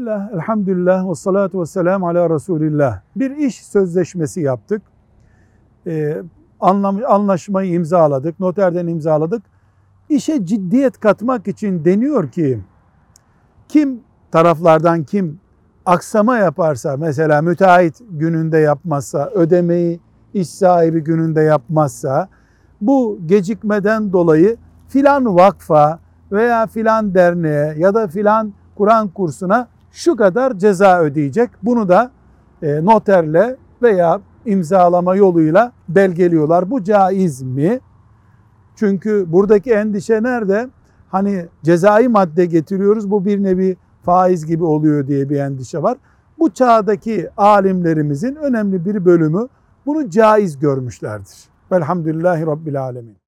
Bismillah, elhamdülillah ve salatu ve selamu ala Resulillah. Bir iş sözleşmesi yaptık. Anlaşmayı imzaladık, noterden imzaladık. İşe ciddiyet katmak için deniyor ki, taraflardan kim aksama yaparsa, mesela müteahhit gününde yapmazsa, ödemeyi iş sahibi gününde yapmazsa, bu gecikmeden dolayı filan vakfa veya filan derneğe ya da filan Kur'an kursuna şu kadar ceza ödeyecek. Bunu da noterle veya imzalama yoluyla belgeliyorlar. Bu caiz mi? Çünkü buradaki endişe nerede? Hani cezai madde getiriyoruz, bu bir nevi faiz gibi oluyor diye bir endişe var. Bu çağdaki alimlerimizin önemli bir bölümü bunu caiz görmüşlerdir. Velhamdülillahi Rabbil Alemin.